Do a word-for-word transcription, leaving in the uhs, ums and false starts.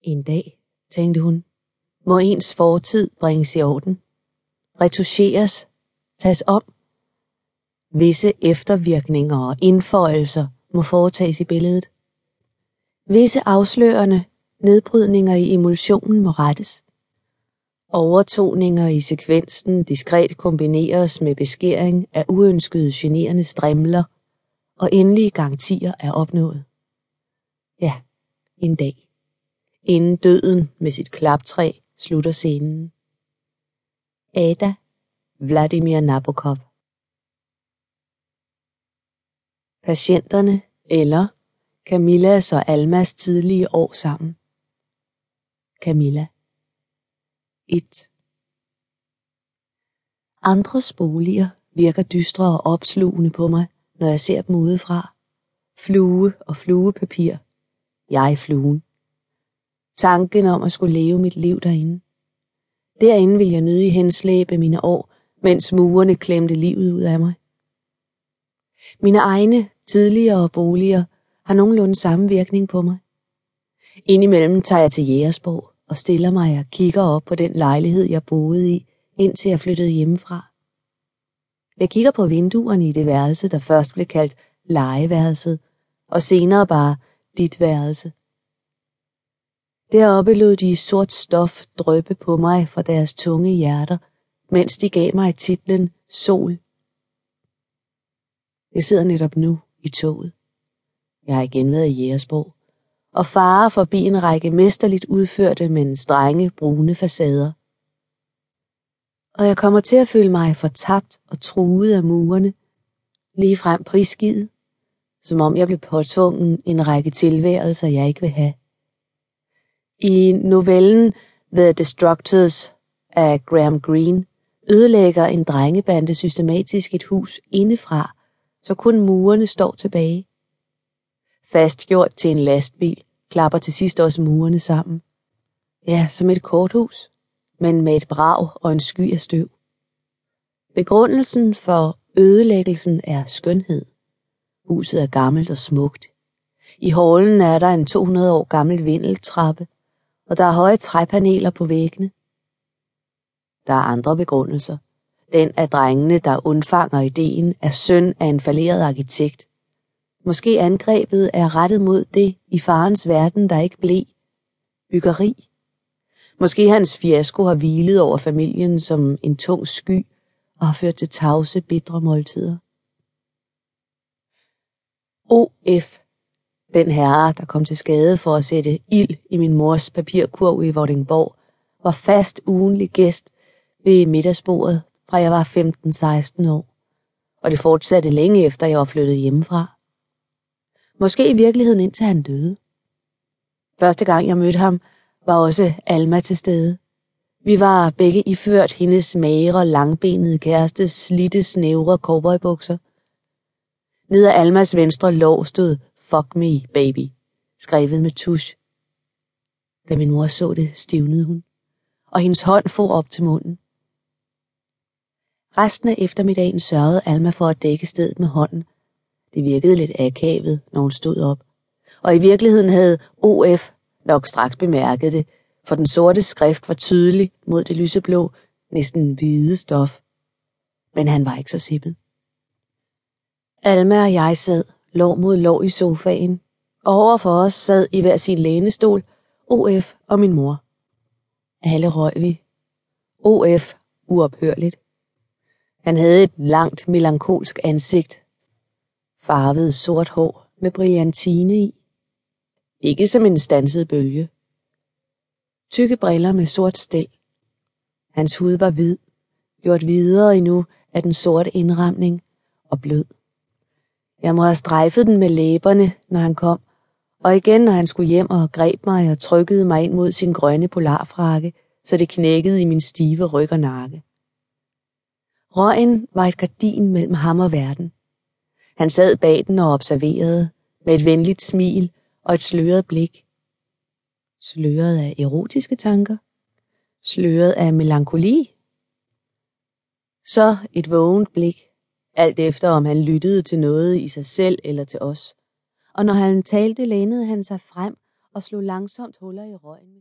En dag, tænkte hun, må ens fortid bringes i orden, retuscheres, tages om. Visse eftervirkninger og indføjelser må foretages i billedet. Visse afslørende nedbrydninger i emulsionen må rettes. Overtoninger i sekvensen diskret kombineres med beskæring af uønskede generende strimler, og endelige garantier er opnået. Ja, en dag. Inden døden med sit klaptræ slutter scenen. Ada Vladimir Nabokov. Patienterne eller Camillas og Almas tidlige år sammen. Camilla. et. Andres boliger virker dystre og opslugende på mig, når jeg ser dem udefra. Flue og fluepapir. Jeg fluen. Tanken om at skulle leve mit liv derinde. Derinde vil jeg nødig henslæbe mine år, mens murene klemte livet ud af mig. Mine egne tidligere boliger har nogenlunde samme virkning på mig. Indimellem tager jeg til Jægersborg og stiller mig og kigger op på den lejlighed, jeg boede i, indtil jeg flyttede hjemmefra. Jeg kigger på vinduerne i det værelse, der først blev kaldt legeværelset, og senere bare dit værelse. Deroppe lod de sort stof dryppe på mig fra deres tunge hjerter, mens de gav mig titlen Sol. Jeg sidder netop nu i toget. Jeg har igen været i Jægersborg, og farer forbi en række mesterligt udførte, men strenge brune facader. Og jeg kommer til at føle mig fortabt og truet af murene, ligefrem prisgivet, som om jeg blev påtvungen en række tilværelser, jeg ikke vil have. I novellen The Destructors af Graham Greene ødelægger en drengebande systematisk et hus indefra, så kun murene står tilbage. Fastgjort til en lastbil, klapper til sidst også murene sammen. Ja, som et korthus, men med et brag og en sky af støv. Begrundelsen for ødelæggelsen er skønhed. Huset er gammelt og smukt. I hallen er der en to hundrede år gammel vindeltrappe, og der er høje træpaneler på væggene. Der er andre begrundelser. Den af drengene, der undfanger ideen, er søn af en falderet arkitekt. Måske angrebet er rettet mod det i farens verden, der ikke blev. Byggeri. Måske hans fiasko har hvilet over familien som en tung sky og har ført til tavse, bitre måltider. O F. Den herre, der kom til skade for at sætte ild i min mors papirkurv i Vordingborg, var fast ugentlig gæst ved middagsbordet, fra jeg var femten seksten år, og det fortsatte længe efter, jeg var flyttet hjemmefra. Måske i virkeligheden indtil han døde. Første gang jeg mødte ham, var også Alma til stede. Vi var begge iført hendes magre, langbenede kærestes slitte, snævre cowboybukser. Ned ad Almas venstre lår stod "Fuck me, baby", skrevet med tusch. Da min mor så det, stivnede hun, og hendes hånd for op til munden. Resten af eftermiddagen sørgede Alma for at dække stedet med hånden. Det virkede lidt akavet, når hun stod op, og i virkeligheden havde O F nok straks bemærket det, for den sorte skrift var tydelig mod det lyseblå, næsten hvide stof. Men han var ikke så sippet. Alma og jeg sad lår mod lår i sofaen, og overfor os sad i hver sin lænestol O F og min mor. Alle røg vi. O F uophørligt. Han havde et langt, melankolsk ansigt, farvet sort hår med brillantine i. Ikke som en standset bølge. Tykke briller med sort stel. Hans hud var hvid, gjort hvidere endnu af den sorte indramning, og blød. Jeg må have strejfet den med læberne, når han kom, og igen, når han skulle hjem og greb mig og trykkede mig ind mod sin grønne polarfrakke, så det knækkede i min stive ryg og nakke. Røgen var et gardin mellem ham og verden. Han sad bag den og observerede, med et venligt smil og et sløret blik. Sløret af erotiske tanker? Sløret af melankoli? Så et vågent blik, alt efter om han lyttede til noget i sig selv eller til os. Og når han talte, lænede han sig frem og slog langsomt huller i røgen.